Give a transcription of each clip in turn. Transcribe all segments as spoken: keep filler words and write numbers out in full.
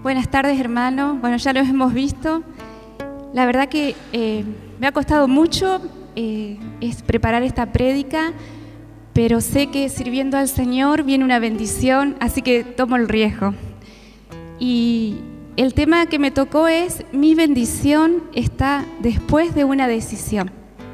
Buenas tardes, hermanos. Bueno, ya los hemos visto. La verdad que eh, me ha costado mucho eh, es preparar esta prédica, pero sé que sirviendo al Señor viene una bendición, así que tomo el riesgo. Y el tema que me tocó es: mi bendición está después de una decisión.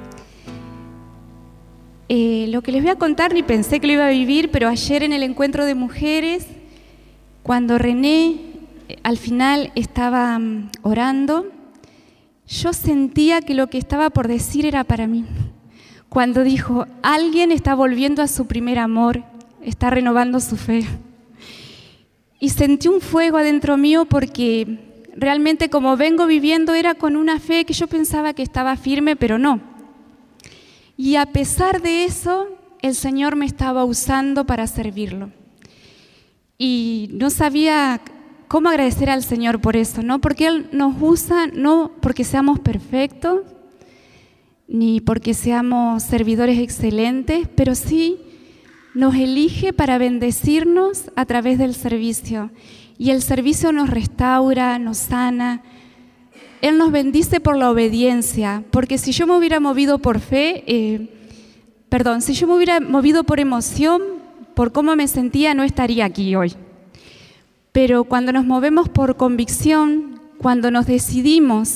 Eh, lo que les voy a contar ni pensé que lo iba a vivir, pero ayer en el encuentro de mujeres, cuando René al final estaba um, orando, yo sentía que lo que estaba por decir era para mí. Cuando dijo: alguien está volviendo a su primer amor, está renovando su fe. Y sentí un fuego adentro mío, porque realmente como vengo viviendo era con una fe que yo pensaba que estaba firme, pero no. Y a pesar de eso, el Señor me estaba usando para servirlo. Y no sabía cómo agradecer al Señor por eso, ¿no? Porque Él nos usa no porque seamos perfectos, ni porque seamos servidores excelentes, pero sí nos elige para bendecirnos a través del servicio. Y el servicio nos restaura, nos sana. Él nos bendice por la obediencia, porque si yo me hubiera movido por fe, eh, perdón, si yo me hubiera movido por emoción, por cómo me sentía, no estaría aquí hoy. Pero cuando nos movemos por convicción, cuando nos decidimos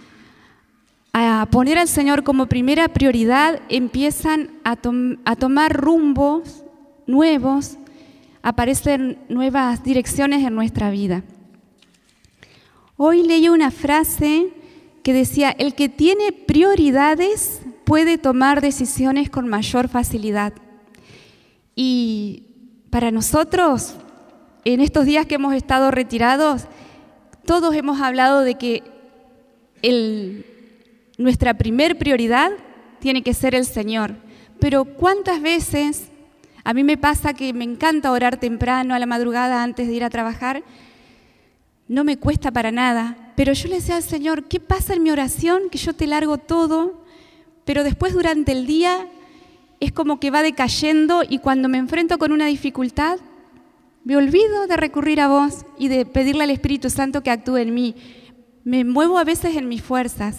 a poner al Señor como primera prioridad, empiezan a, tom- a tomar rumbos nuevos, aparecen nuevas direcciones en nuestra vida. Hoy leí una frase que decía: el que tiene prioridades puede tomar decisiones con mayor facilidad. Y para nosotros, en estos días que hemos estado retirados, todos hemos hablado de que el, nuestra primer prioridad tiene que ser el Señor. Pero ¿cuántas veces? A mí me pasa que me encanta orar temprano, a la madrugada, antes de ir a trabajar. No me cuesta para nada, pero yo le decía al Señor: ¿qué pasa en mi oración? Que yo te largo todo, pero después durante el día es como que va decayendo, y cuando me enfrento con una dificultad, me olvido de recurrir a vos y de pedirle al Espíritu Santo que actúe en mí. Me muevo a veces en mis fuerzas.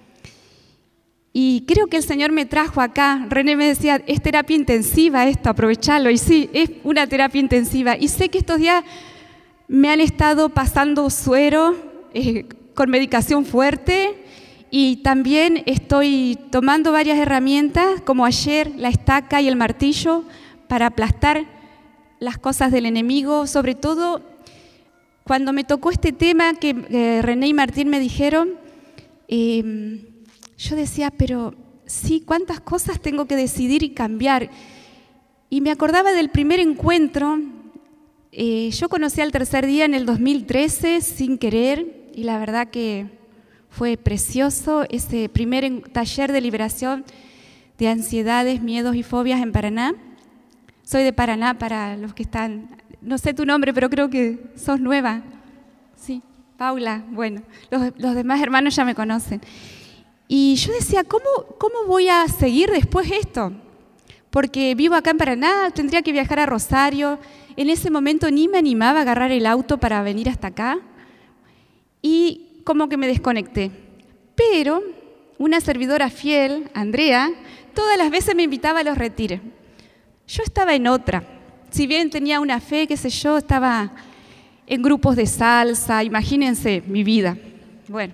Y creo que el Señor me trajo acá. René me decía: es terapia intensiva esto, aprovechalo. Y sí, es una terapia intensiva. Y sé que estos días me han estado pasando suero eh, con medicación fuerte, y también estoy tomando varias herramientas, como ayer la estaca y el martillo, para aplastar las cosas del enemigo. Sobre todo cuando me tocó este tema que eh, René y Martín me dijeron, eh, yo decía: pero sí, ¿cuántas cosas tengo que decidir y cambiar? Y me acordaba del primer encuentro. Eh, yo conocí al Tercer Día en el dos mil trece sin querer, y la verdad que fue precioso ese primer en, taller de liberación de ansiedades, miedos y fobias en Paraná. Soy de Paraná, para los que están, no sé tu nombre, pero creo que sos nueva. Sí, Paula. Bueno, los, los demás hermanos ya me conocen. Y yo decía: ¿cómo, cómo voy a seguir después esto? Porque vivo acá en Paraná, tendría que viajar a Rosario. En ese momento ni me animaba a agarrar el auto para venir hasta acá, y como que me desconecté. Pero una servidora fiel, Andrea, todas las veces me invitaba a los retiros. Yo estaba en otra. Si bien tenía una fe, qué sé yo, estaba en grupos de salsa, imagínense mi vida. Bueno,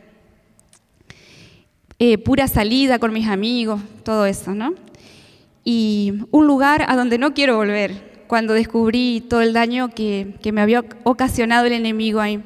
eh, pura salida con mis amigos, todo eso, ¿no? Y un lugar a donde no quiero volver, cuando descubrí todo el daño que, que me había ocasionado el enemigo ahí.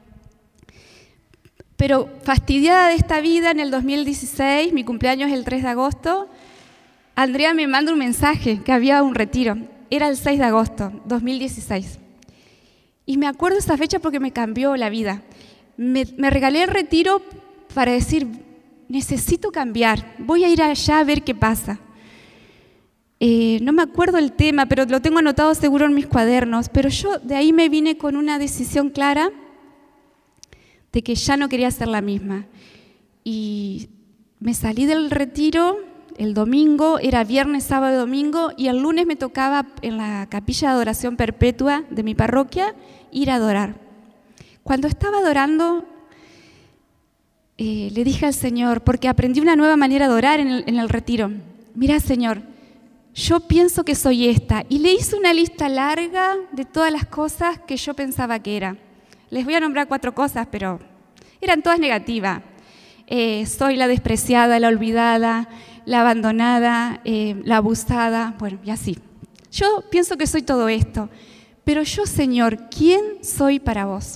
Pero fastidiada de esta vida, en el dos mil dieciséis, mi cumpleaños es el tres de agosto, Andrea me manda un mensaje que había un retiro. Era el seis de agosto, dos mil dieciséis. Y me acuerdo esa fecha porque me cambió la vida. Me, me regalé el retiro para decir: necesito cambiar, voy a ir allá a ver qué pasa. Eh, no me acuerdo el tema, pero lo tengo anotado seguro en mis cuadernos. Pero yo de ahí me vine con una decisión clara de que ya no quería ser la misma. Y me salí del retiro el domingo, era viernes, sábado y domingo, y el lunes me tocaba en la capilla de adoración perpetua de mi parroquia ir a adorar. Cuando estaba adorando, eh, le dije al Señor, porque aprendí una nueva manera de orar en el, en el retiro. Mira, Señor, yo pienso que soy esta. Y le hice una lista larga de todas las cosas que yo pensaba que era. Les voy a nombrar cuatro cosas, pero eran todas negativas. Eh, soy la despreciada, la olvidada, la abandonada, eh, la abusada, bueno, y así. Yo pienso que soy todo esto, pero yo, Señor, ¿quién soy para vos?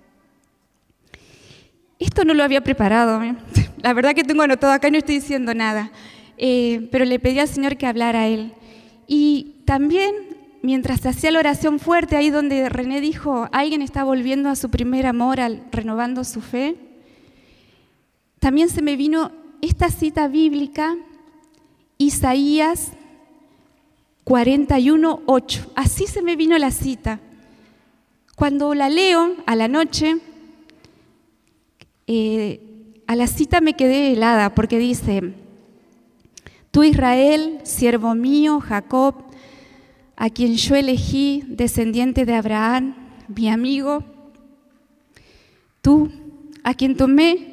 Esto no lo había preparado, ¿eh? La verdad que tengo anotado acá y no estoy diciendo nada, eh, pero le pedí al Señor que hablara a Él. Y también, mientras se hacía la oración fuerte, ahí donde René dijo, alguien está volviendo a su primer amor, al, renovando su fe, también se me vino esta cita bíblica, Isaías cuarenta y uno, ocho. Así se me vino la cita. Cuando la leo a la noche, eh, a la cita me quedé helada porque dice, tú Israel, siervo mío, Jacob, a quien yo elegí, descendiente de Abraham, mi amigo, tú, a quien tomé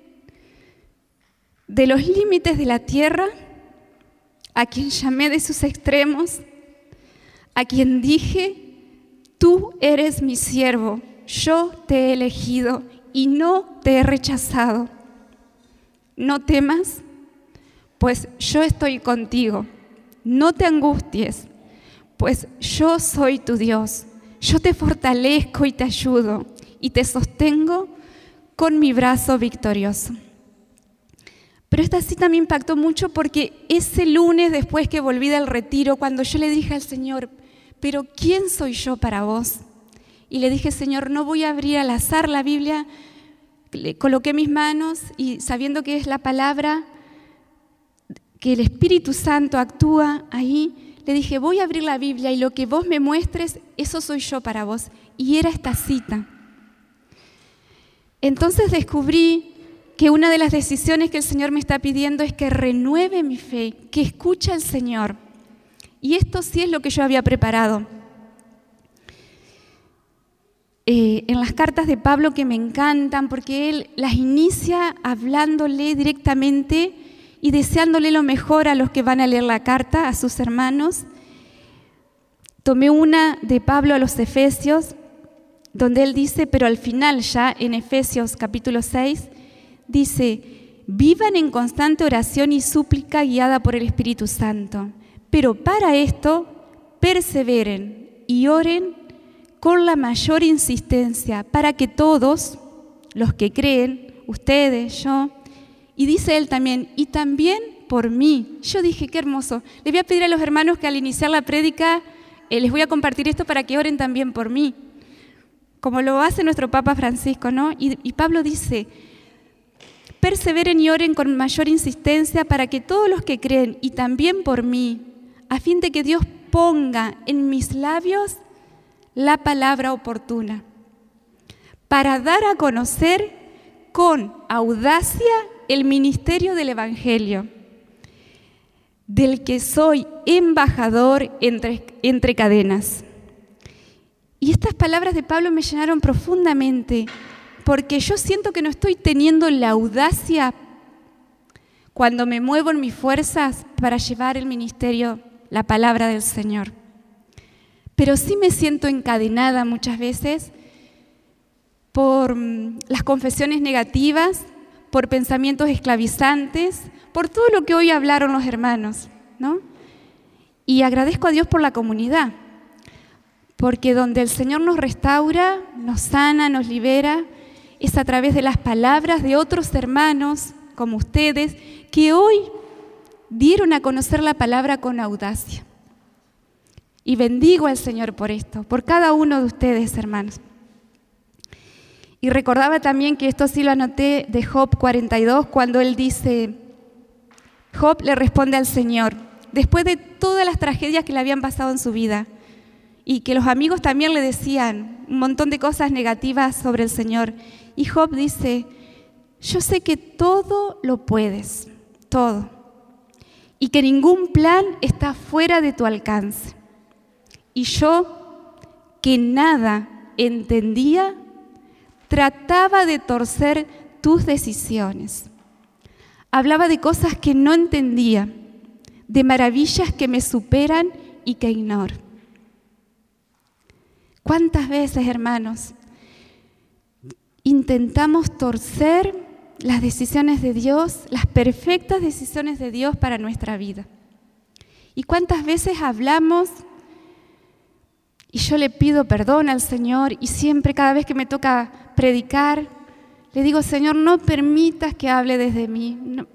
de los límites de la tierra, a quien llamé de sus extremos, a quien dije, tú eres mi siervo, yo te he elegido y no te he rechazado. No temas, pues yo estoy contigo. No te angusties, pues yo soy tu Dios. Yo te fortalezco y te ayudo y te sostengo con mi brazo victorioso. Pero esta cita me impactó mucho porque ese lunes después que volví del retiro, cuando yo le dije al Señor, pero ¿quién soy yo para vos? Y le dije, Señor, no voy a abrir al azar la Biblia, le coloqué mis manos y sabiendo que es la palabra, que el Espíritu Santo actúa ahí, le dije, voy a abrir la Biblia y lo que vos me muestres, eso soy yo para vos. Y era esta cita. Entonces descubrí que una de las decisiones que el Señor me está pidiendo es que renueve mi fe, que escuche al Señor. Y esto sí es lo que yo había preparado. Eh, en las cartas de Pablo que me encantan, porque él las inicia hablándole directamente y deseándole lo mejor a los que van a leer la carta, a sus hermanos. Tomé una de Pablo a los Efesios, donde él dice, pero al final ya en Efesios capítulo seis, dice, vivan en constante oración y súplica guiada por el Espíritu Santo, pero para esto perseveren y oren con la mayor insistencia para que todos los que creen, ustedes, yo, y dice él también, y también por mí. Yo dije, qué hermoso. Les voy a pedir a los hermanos que al iniciar la prédica eh, les voy a compartir esto para que oren también por mí, como lo hace nuestro Papa Francisco, ¿no? Y, y Pablo dice, perseveren y oren con mayor insistencia para que todos los que creen, y también por mí, a fin de que Dios ponga en mis labios la palabra oportuna, para dar a conocer con audacia el ministerio del Evangelio, del que soy embajador entre, entre cadenas. Y estas palabras de Pablo me llenaron profundamente, porque yo siento que no estoy teniendo la audacia cuando me muevo en mis fuerzas para llevar el ministerio, la palabra del Señor. Pero sí me siento encadenada muchas veces por las confesiones negativas, por pensamientos esclavizantes, por todo lo que hoy hablaron los hermanos, ¿no? Y agradezco a Dios por la comunidad, porque donde el Señor nos restaura, nos sana, nos libera, es a través de las palabras de otros hermanos como ustedes, que hoy dieron a conocer la palabra con audacia. Y bendigo al Señor por esto, por cada uno de ustedes, hermanos. Y recordaba también que esto sí lo anoté de Job cuarenta y dos, cuando él dice, Job le responde al Señor, después de todas las tragedias que le habían pasado en su vida, y que los amigos también le decían un montón de cosas negativas sobre el Señor. Y Job dice, yo sé que todo lo puedes, todo, y que ningún plan está fuera de tu alcance. Y yo, que nada entendía, trataba de torcer tus decisiones. Hablaba de cosas que no entendía, de maravillas que me superan y que ignoro. ¿Cuántas veces, hermanos, intentamos torcer las decisiones de Dios, las perfectas decisiones de Dios para nuestra vida? ¿Y cuántas veces hablamos y yo le pido perdón al Señor y siempre, cada vez que me toca predicar, le digo, Señor, no permitas que hable desde mí, no,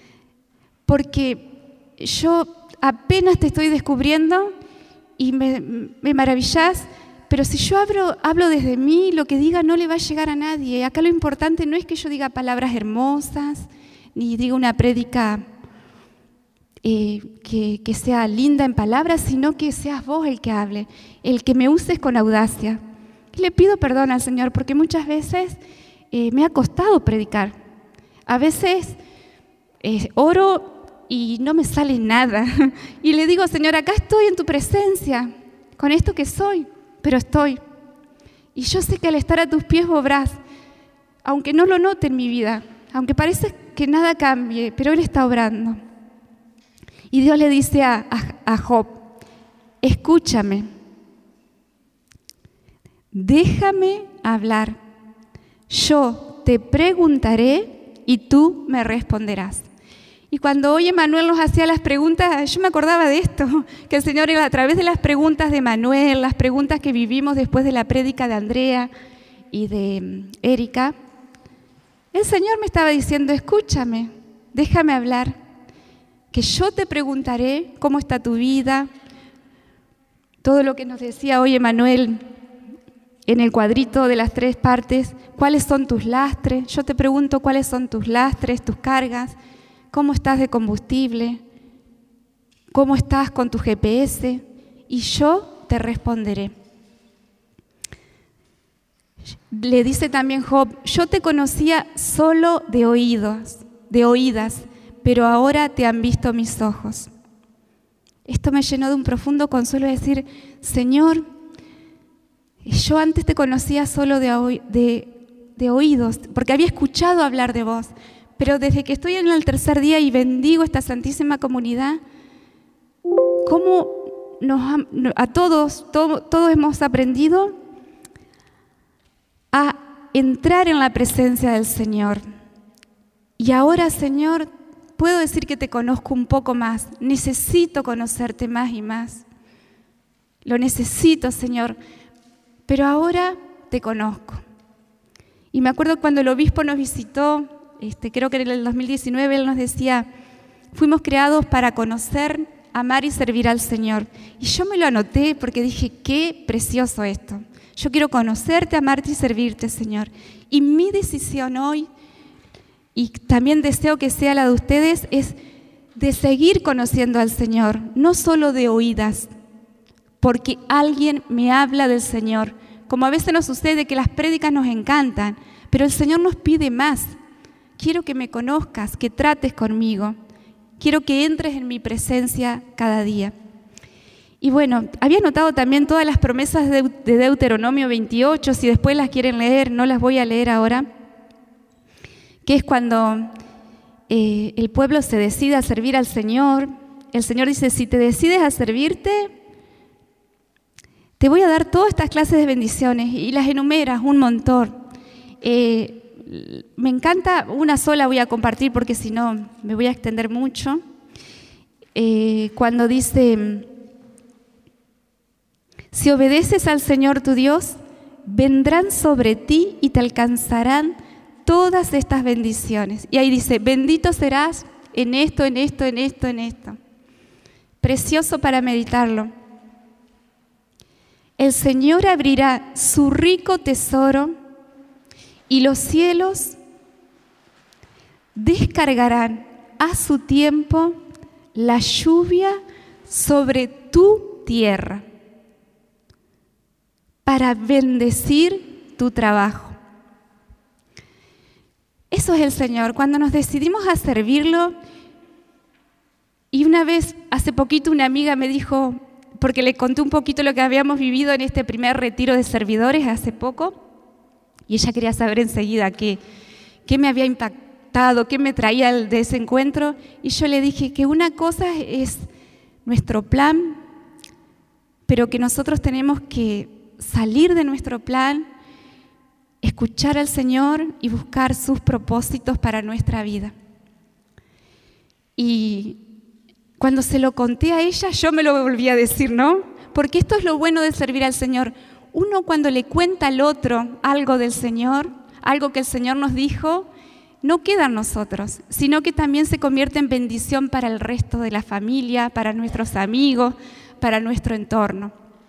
porque yo apenas te estoy descubriendo y me, me maravillás, pero si yo hablo, hablo desde mí, lo que diga no le va a llegar a nadie. Acá lo importante no es que yo diga palabras hermosas, ni diga una prédica eh, que, que sea linda en palabras, sino que seas vos el que hable, el que me uses con audacia. Y le pido perdón al Señor, porque muchas veces eh, me ha costado predicar. A veces eh, oro y no me sale nada. Y le digo, Señor, acá estoy en tu presencia, con esto que soy. Pero estoy. Y yo sé que al estar a tus pies obrás, aunque no lo note en mi vida, aunque parece que nada cambie, pero Él está obrando. Y Dios le dice a, a, a Job, escúchame, déjame hablar, yo te preguntaré y tú me responderás. Y cuando hoy Emanuel nos hacía las preguntas, yo me acordaba de esto, que el Señor a través de las preguntas de Emanuel, las preguntas que vivimos después de la prédica de Andrea y de Erika, el Señor me estaba diciendo, escúchame, déjame hablar, que yo te preguntaré cómo está tu vida, todo lo que nos decía hoy Emanuel en el cuadrito de las tres partes, cuáles son tus lastres, yo te pregunto cuáles son tus lastres, tus cargas, cómo estás de combustible, cómo estás con tu G P S, y yo te responderé. Le dice también Job, yo te conocía solo de oídos, de oídas, pero ahora te han visto mis ojos. Esto me llenó de un profundo consuelo de decir, Señor, yo antes te conocía solo de, de, de oídos, porque había escuchado hablar de vos, pero desde que estoy en el tercer día y bendigo esta santísima comunidad, ¿cómo nos, a todos, todo, todos hemos aprendido a entrar en la presencia del Señor? Y ahora, Señor, puedo decir que te conozco un poco más. Necesito conocerte más y más. Lo necesito, Señor, pero ahora te conozco. Y me acuerdo cuando el obispo nos visitó, Este, creo que en el dos mil diecinueve él nos decía, fuimos creados para conocer, amar y servir al Señor. Y yo me lo anoté porque dije, qué precioso esto. Yo quiero conocerte, amarte y servirte, Señor. Y mi decisión hoy, y también deseo que sea la de ustedes, es de seguir conociendo al Señor, no solo de oídas, porque alguien me habla del Señor. Como a veces nos sucede que las prédicas nos encantan, pero el Señor nos pide más. Quiero que me conozcas, que trates conmigo. Quiero que entres en mi presencia cada día. Y bueno, había notado también todas las promesas de Deuteronomio veintiocho, si después las quieren leer, no las voy a leer ahora, que es cuando eh, el pueblo se decide a servir al Señor. El Señor dice, si te decides a servirte, te voy a dar todas estas clases de bendiciones, y las enumeras un montón. Eh, Me encanta, una sola voy a compartir porque si no me voy a extender mucho. Eh, cuando dice, si obedeces al Señor tu Dios, vendrán sobre ti y te alcanzarán todas estas bendiciones. Y ahí dice, bendito serás en esto, en esto, en esto, en esto. Precioso para meditarlo. El Señor abrirá su rico tesoro y los cielos descargarán a su tiempo la lluvia sobre tu tierra para bendecir tu trabajo. Eso es el Señor. Cuando nos decidimos a servirlo, y una vez, hace poquito, una amiga me dijo, porque le conté un poquito lo que habíamos vivido en este primer retiro de servidores hace poco, Y ella quería saber enseguida qué, qué me había impactado, qué me traía de ese encuentro. Y yo le dije que una cosa es nuestro plan, pero que nosotros tenemos que salir de nuestro plan, escuchar al Señor y buscar sus propósitos para nuestra vida. Y cuando se lo conté a ella, yo me lo volví a decir, ¿no? Porque esto es lo bueno de servir al Señor. Uno cuando le cuenta al otro algo del Señor, algo que el Señor nos dijo, no queda en nosotros, sino que también se convierte en bendición para el resto de la familia, para nuestros amigos, para nuestro entorno.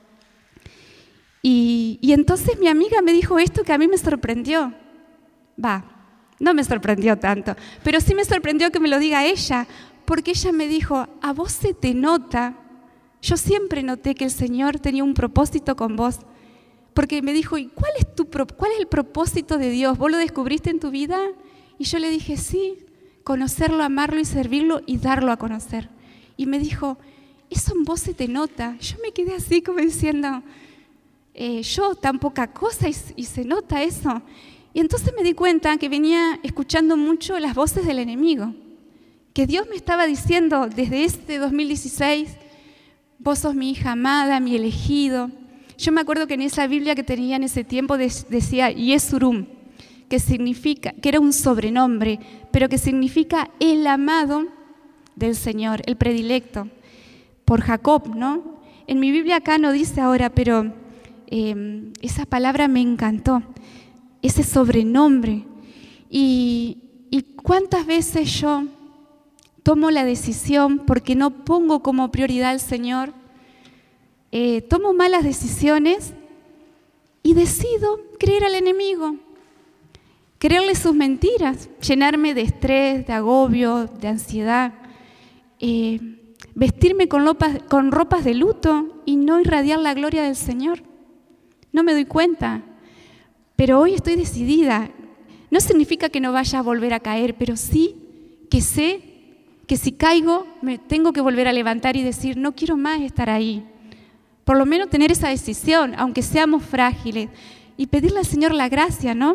Y, y entonces mi amiga me dijo esto que a mí me sorprendió. Va, no me sorprendió tanto, pero sí me sorprendió que me lo diga ella, porque ella me dijo, a vos se te nota. Yo siempre noté que el Señor tenía un propósito con vos, porque me dijo, ¿y cuál es, tu, cuál es el propósito de Dios? ¿Vos lo descubriste en tu vida? Y yo le dije, sí, conocerlo, amarlo y servirlo y darlo a conocer. Y me dijo, eso en vos se te nota. Yo me quedé así como diciendo, eh, yo tan poca cosa y, y se nota eso. Y entonces me di cuenta que venía escuchando mucho las voces del enemigo, que Dios me estaba diciendo desde este dos mil dieciséis, vos sos mi hija amada, mi elegido. Yo me acuerdo que en esa Biblia que tenía en ese tiempo decía Yesurum, que significa, que era un sobrenombre, pero que significa el amado del Señor, el predilecto, por Jacob, ¿no? En mi Biblia acá no dice ahora, pero eh, esa palabra me encantó, ese sobrenombre. Y, y cuántas veces yo tomo la decisión, porque no pongo como prioridad al Señor, eh, tomo malas decisiones y decido creer al enemigo, creerle sus mentiras, llenarme de estrés, de agobio, de ansiedad, eh, vestirme con ropas, con ropas de luto y no irradiar la gloria del Señor. No me doy cuenta, pero hoy estoy decidida. No significa que no vaya a volver a caer, pero sí que sé que si caigo me tengo que volver a levantar y decir, no quiero más estar ahí. Por lo menos tener esa decisión, aunque seamos frágiles, y pedirle al Señor la gracia, ¿no?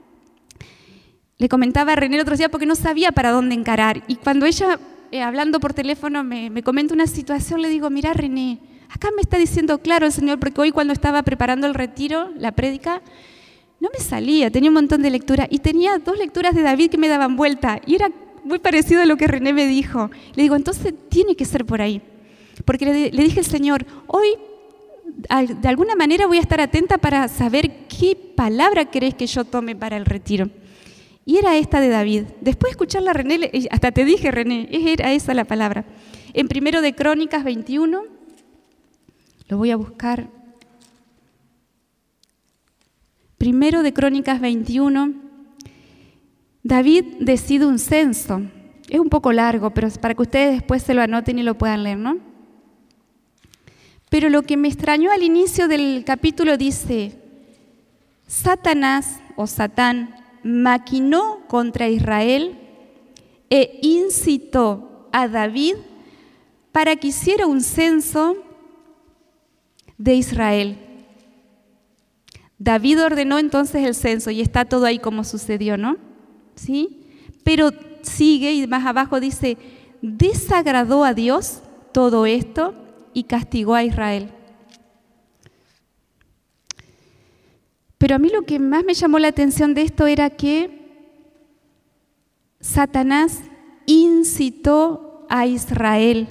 Le comentaba a René el otro día porque no sabía para dónde encarar. Y cuando ella, eh, hablando por teléfono, me, me comenta una situación, le digo, mirá René, acá me está diciendo claro el Señor, porque hoy cuando estaba preparando el retiro, la prédica, no me salía, tenía un montón de lecturas. Y tenía dos lecturas de David que me daban vuelta. Y era muy parecido a lo que René me dijo. Le digo, entonces tiene que ser por ahí. Porque le, le dije al Señor, hoy de alguna manera voy a estar atenta para saber qué palabra querés que yo tome para el retiro. Y era esta de David. Después de escucharla, René, hasta te dije, René, era esa la palabra. En Primero de Crónicas veintiuno, lo voy a buscar. Primero de Crónicas veintiuno, David decide un censo. Es un poco largo, pero para que ustedes después se lo anoten y lo puedan leer, ¿no? Pero lo que me extrañó al inicio del capítulo dice, Satanás o Satán maquinó contra Israel e incitó a David para que hiciera un censo de Israel. David ordenó entonces el censo y está todo ahí como sucedió, ¿no? ¿Sí? Pero sigue y más abajo dice, desagradó a Dios todo esto y castigó a Israel. Pero a mí lo que más me llamó la atención de esto era que Satanás incitó a Israel.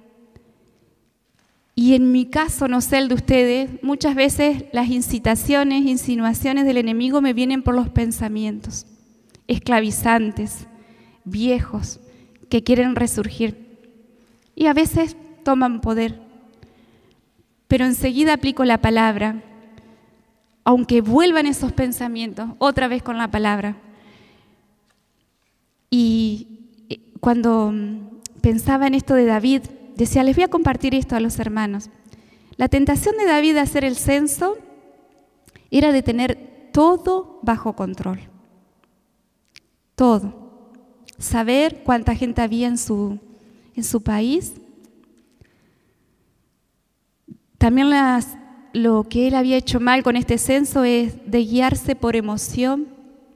Y en mi caso, no sé el de ustedes, muchas veces las incitaciones, insinuaciones del enemigo me vienen por los pensamientos esclavizantes, viejos, que quieren resurgir. Y a veces toman poder. Pero enseguida aplico la palabra, aunque vuelvan esos pensamientos, otra vez con la palabra. Y cuando pensaba en esto de David, decía, les voy a compartir esto a los hermanos. La tentación de David de hacer el censo era de tener todo bajo control. Todo. Saber cuánta gente había en su, en su país. También las lo que él había hecho mal con este censo es de guiarse por emoción,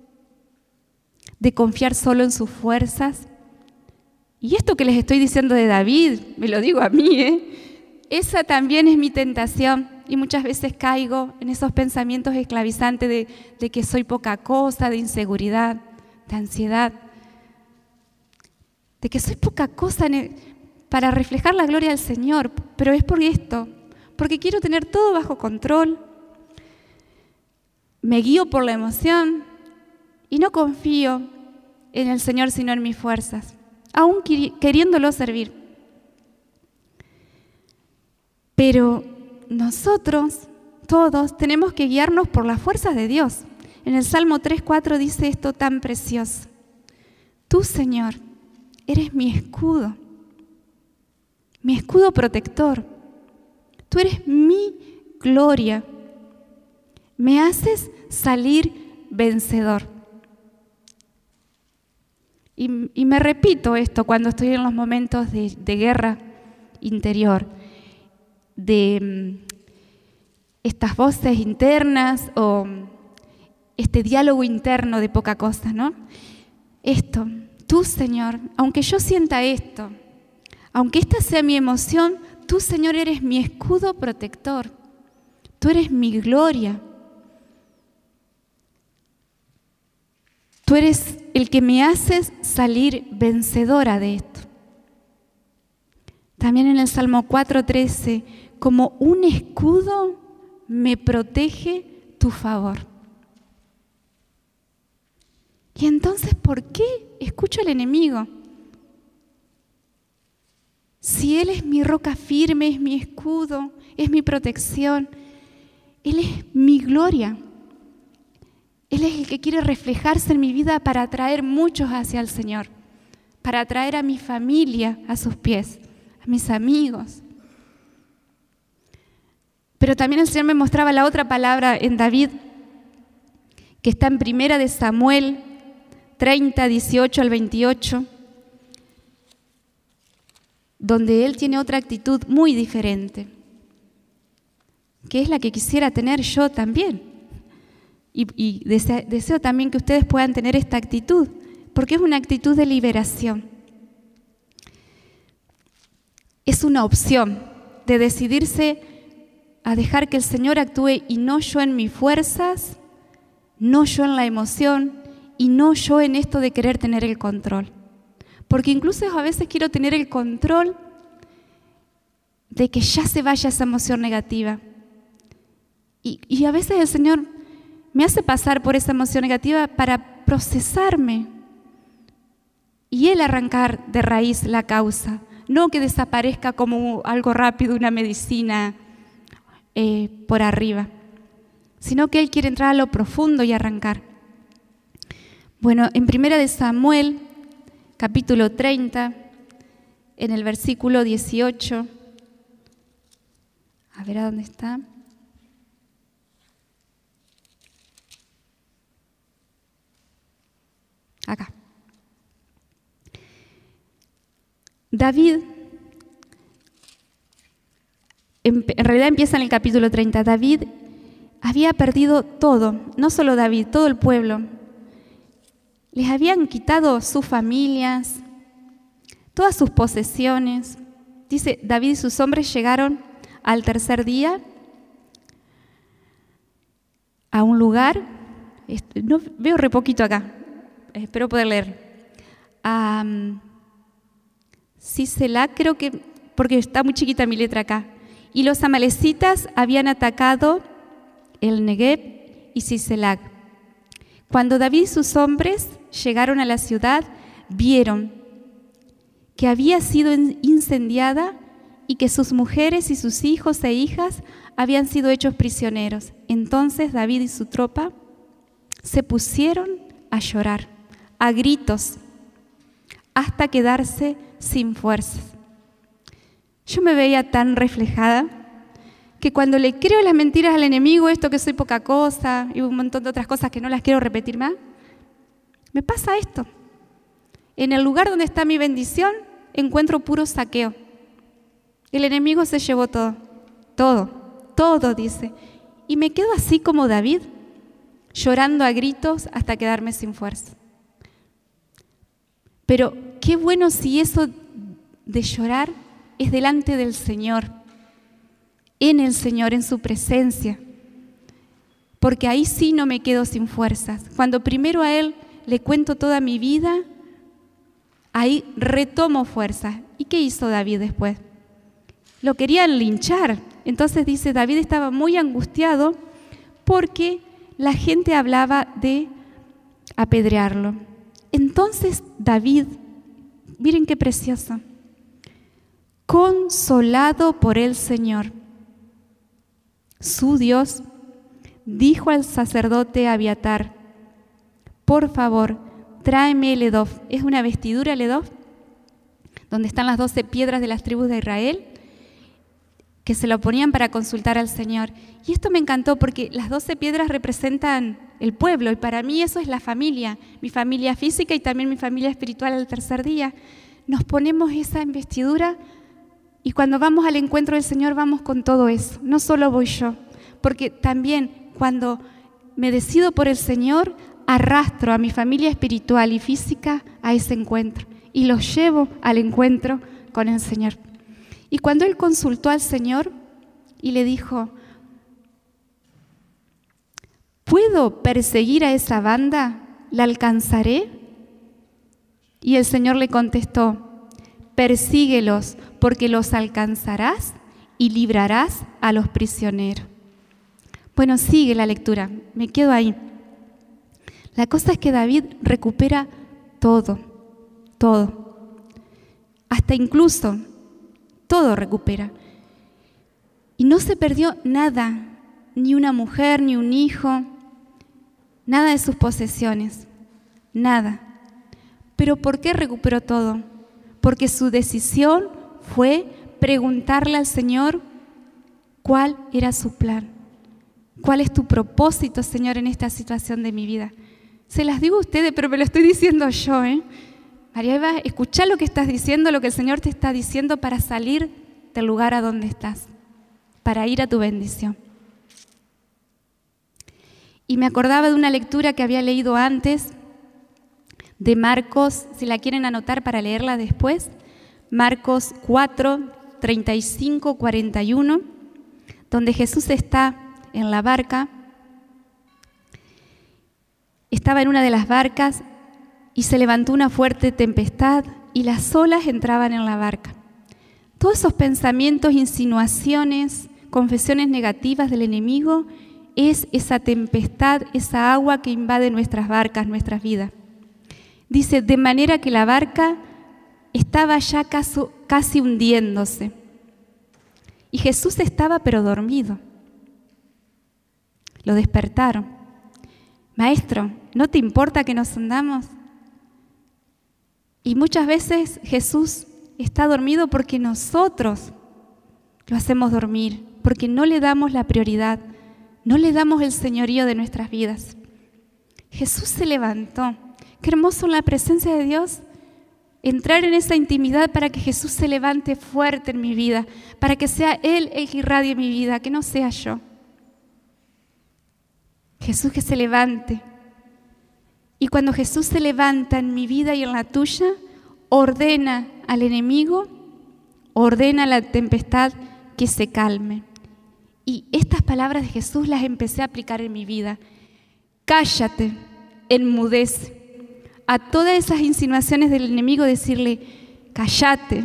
de confiar solo en sus fuerzas. Y esto que les estoy diciendo de David, me lo digo a mí, ¿eh? Esa también es mi tentación. Y muchas veces caigo en esos pensamientos esclavizantes de, de que soy poca cosa, de inseguridad, de ansiedad, de que soy poca cosa en el, para reflejar la gloria del Señor. Pero es por esto, porque quiero tener todo bajo control, me guío por la emoción y no confío en el Señor sino en mis fuerzas, aún queriéndolo servir. Pero nosotros, todos, tenemos que guiarnos por las fuerzas de Dios. En el Salmo tres cuatro dice esto tan precioso: tú, Señor, eres mi escudo, mi escudo protector. Tú eres mi gloria. Me haces salir vencedor. Y, y me repito esto cuando estoy en los momentos de, de guerra interior, de um, estas voces internas o este diálogo interno de poca cosa, ¿no? Esto, tú, Señor, aunque yo sienta esto, aunque esta sea mi emoción, tú, Señor, eres mi escudo protector. Tú eres mi gloria. Tú eres el que me haces salir vencedora de esto. También en el Salmo cuatro trece, como un escudo me protege tu favor. Y entonces, ¿por qué escucho al enemigo? Si Él es mi roca firme, es mi escudo, es mi protección, Él es mi gloria. Él es el que quiere reflejarse en mi vida para atraer muchos hacia el Señor, para atraer a mi familia a sus pies, a mis amigos. Pero también el Señor me mostraba la otra palabra en David, que está en Primera de Samuel treinta, dieciocho al veintiocho, donde él tiene otra actitud muy diferente, que es la que quisiera tener yo también. Y, y deseo, deseo también que ustedes puedan tener esta actitud, porque es una actitud de liberación. Es una opción de decidirse a dejar que el Señor actúe y no yo en mis fuerzas, no yo en la emoción y no yo en esto de querer tener el control. Porque incluso a veces quiero tener el control de que ya se vaya esa emoción negativa. Y, y a veces el Señor me hace pasar por esa emoción negativa para procesarme y Él arrancar de raíz la causa, no que desaparezca como algo rápido, una medicina eh, por arriba, sino que Él quiere entrar a lo profundo y arrancar. Bueno, en Primera de Samuel, capítulo treinta, en el versículo dieciocho, a ver a dónde está. Acá. David, en, en realidad empieza en el capítulo treinta, David había perdido todo, no solo David, todo el pueblo. Les habían quitado sus familias, todas sus posesiones. Dice, David y sus hombres llegaron al tercer día a un lugar, no veo re poquito acá, espero poder leer. Um, Siselac, creo que, porque está muy chiquita mi letra acá. Y los amalecitas habían atacado el Negev y Siselac. Cuando David y sus hombres llegaron a la ciudad, vieron que había sido incendiada y que sus mujeres y sus hijos e hijas habían sido hechos prisioneros. Entonces David y su tropa se pusieron a llorar, a gritos, hasta quedarse sin fuerzas. Yo me veía tan reflejada que cuando le creo las mentiras al enemigo, esto que soy poca cosa y un montón de otras cosas que no las quiero repetir más, me pasa esto. En el lugar donde está mi bendición, encuentro puro saqueo. El enemigo se llevó todo, todo. todo, dice. Y me quedo así como David, llorando a gritos hasta quedarme sin fuerza. Pero qué bueno si eso de llorar es delante del Señor, en el Señor, en su presencia. Porque ahí sí no me quedo sin fuerzas. Cuando primero a Él le cuento toda mi vida, ahí retomo fuerzas. ¿Y qué hizo David después? Lo querían linchar. Entonces dice, David estaba muy angustiado porque la gente hablaba de apedrearlo. Entonces David, miren qué precioso, consolado por el Señor, su Dios, dijo al sacerdote Abiatar, por favor, tráeme el edof. Es una vestidura el edof, donde están las doce piedras de las tribus de Israel, que se lo ponían para consultar al Señor. Y esto me encantó porque las doce piedras representan el pueblo, y para mí eso es la familia, mi familia física y también mi familia espiritual al tercer día. Nos ponemos esa investidura y cuando vamos al encuentro del Señor vamos con todo eso, no solo voy yo, porque también cuando me decido por el Señor, arrastro a mi familia espiritual y física a ese encuentro y los llevo al encuentro con el Señor. Y cuando él consultó al Señor y le dijo, ¿puedo perseguir a esa banda? ¿La alcanzaré? Y el Señor le contestó, persíguelos, porque los alcanzarás y librarás a los prisioneros. Bueno, sigue la lectura, me quedo ahí. La cosa es que David recupera todo, todo, hasta incluso todo recupera. Y no se perdió nada, ni una mujer, ni un hijo, nada de sus posesiones, nada. ¿Pero por qué recuperó todo? Porque su decisión fue preguntarle al Señor cuál era su plan. ¿Cuál es tu propósito, Señor, en esta situación de mi vida? Se las digo a ustedes, pero me lo estoy diciendo yo, ¿eh? María Eva, escuchá lo que estás diciendo, lo que el Señor te está diciendo para salir del lugar a donde estás, para ir a tu bendición. Y me acordaba de una lectura que había leído antes, de Marcos, si la quieren anotar para leerla después, Marcos cuatro, treinta y cinco, cuarenta y uno, donde Jesús está en la barca, estaba en una de las barcas y se levantó una fuerte tempestad y las olas entraban en la barca. Todos esos pensamientos, insinuaciones, confesiones negativas del enemigo es esa tempestad, esa agua que invade nuestras barcas, nuestras vidas. Dice, de manera que la barca estaba ya casi, casi hundiéndose y Jesús estaba pero dormido. Lo despertaron. Maestro, ¿no te importa que nos hundamos? Y muchas veces Jesús está dormido porque nosotros lo hacemos dormir, porque no le damos la prioridad, no le damos el señorío de nuestras vidas. Jesús se levantó. Qué hermoso en la presencia de Dios entrar en esa intimidad para que Jesús se levante fuerte en mi vida, para que sea Él el que irradie mi vida, que no sea yo. Jesús que se levante. Y cuando Jesús se levanta en mi vida y en la tuya, ordena al enemigo, ordena a la tempestad que se calme. Y estas palabras de Jesús las empecé a aplicar en mi vida. Cállate, enmudece. A todas esas insinuaciones del enemigo decirle, cállate,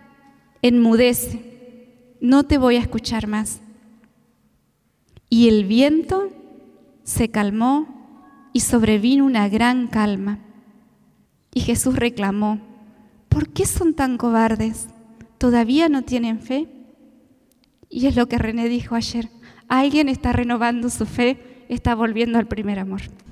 enmudece, no te voy a escuchar más. Y el viento se calmó y sobrevino una gran calma. Y Jesús reclamó, ¿por qué son tan cobardes? ¿Todavía no tienen fe? Y es lo que René dijo ayer, alguien está renovando su fe, está volviendo al primer amor.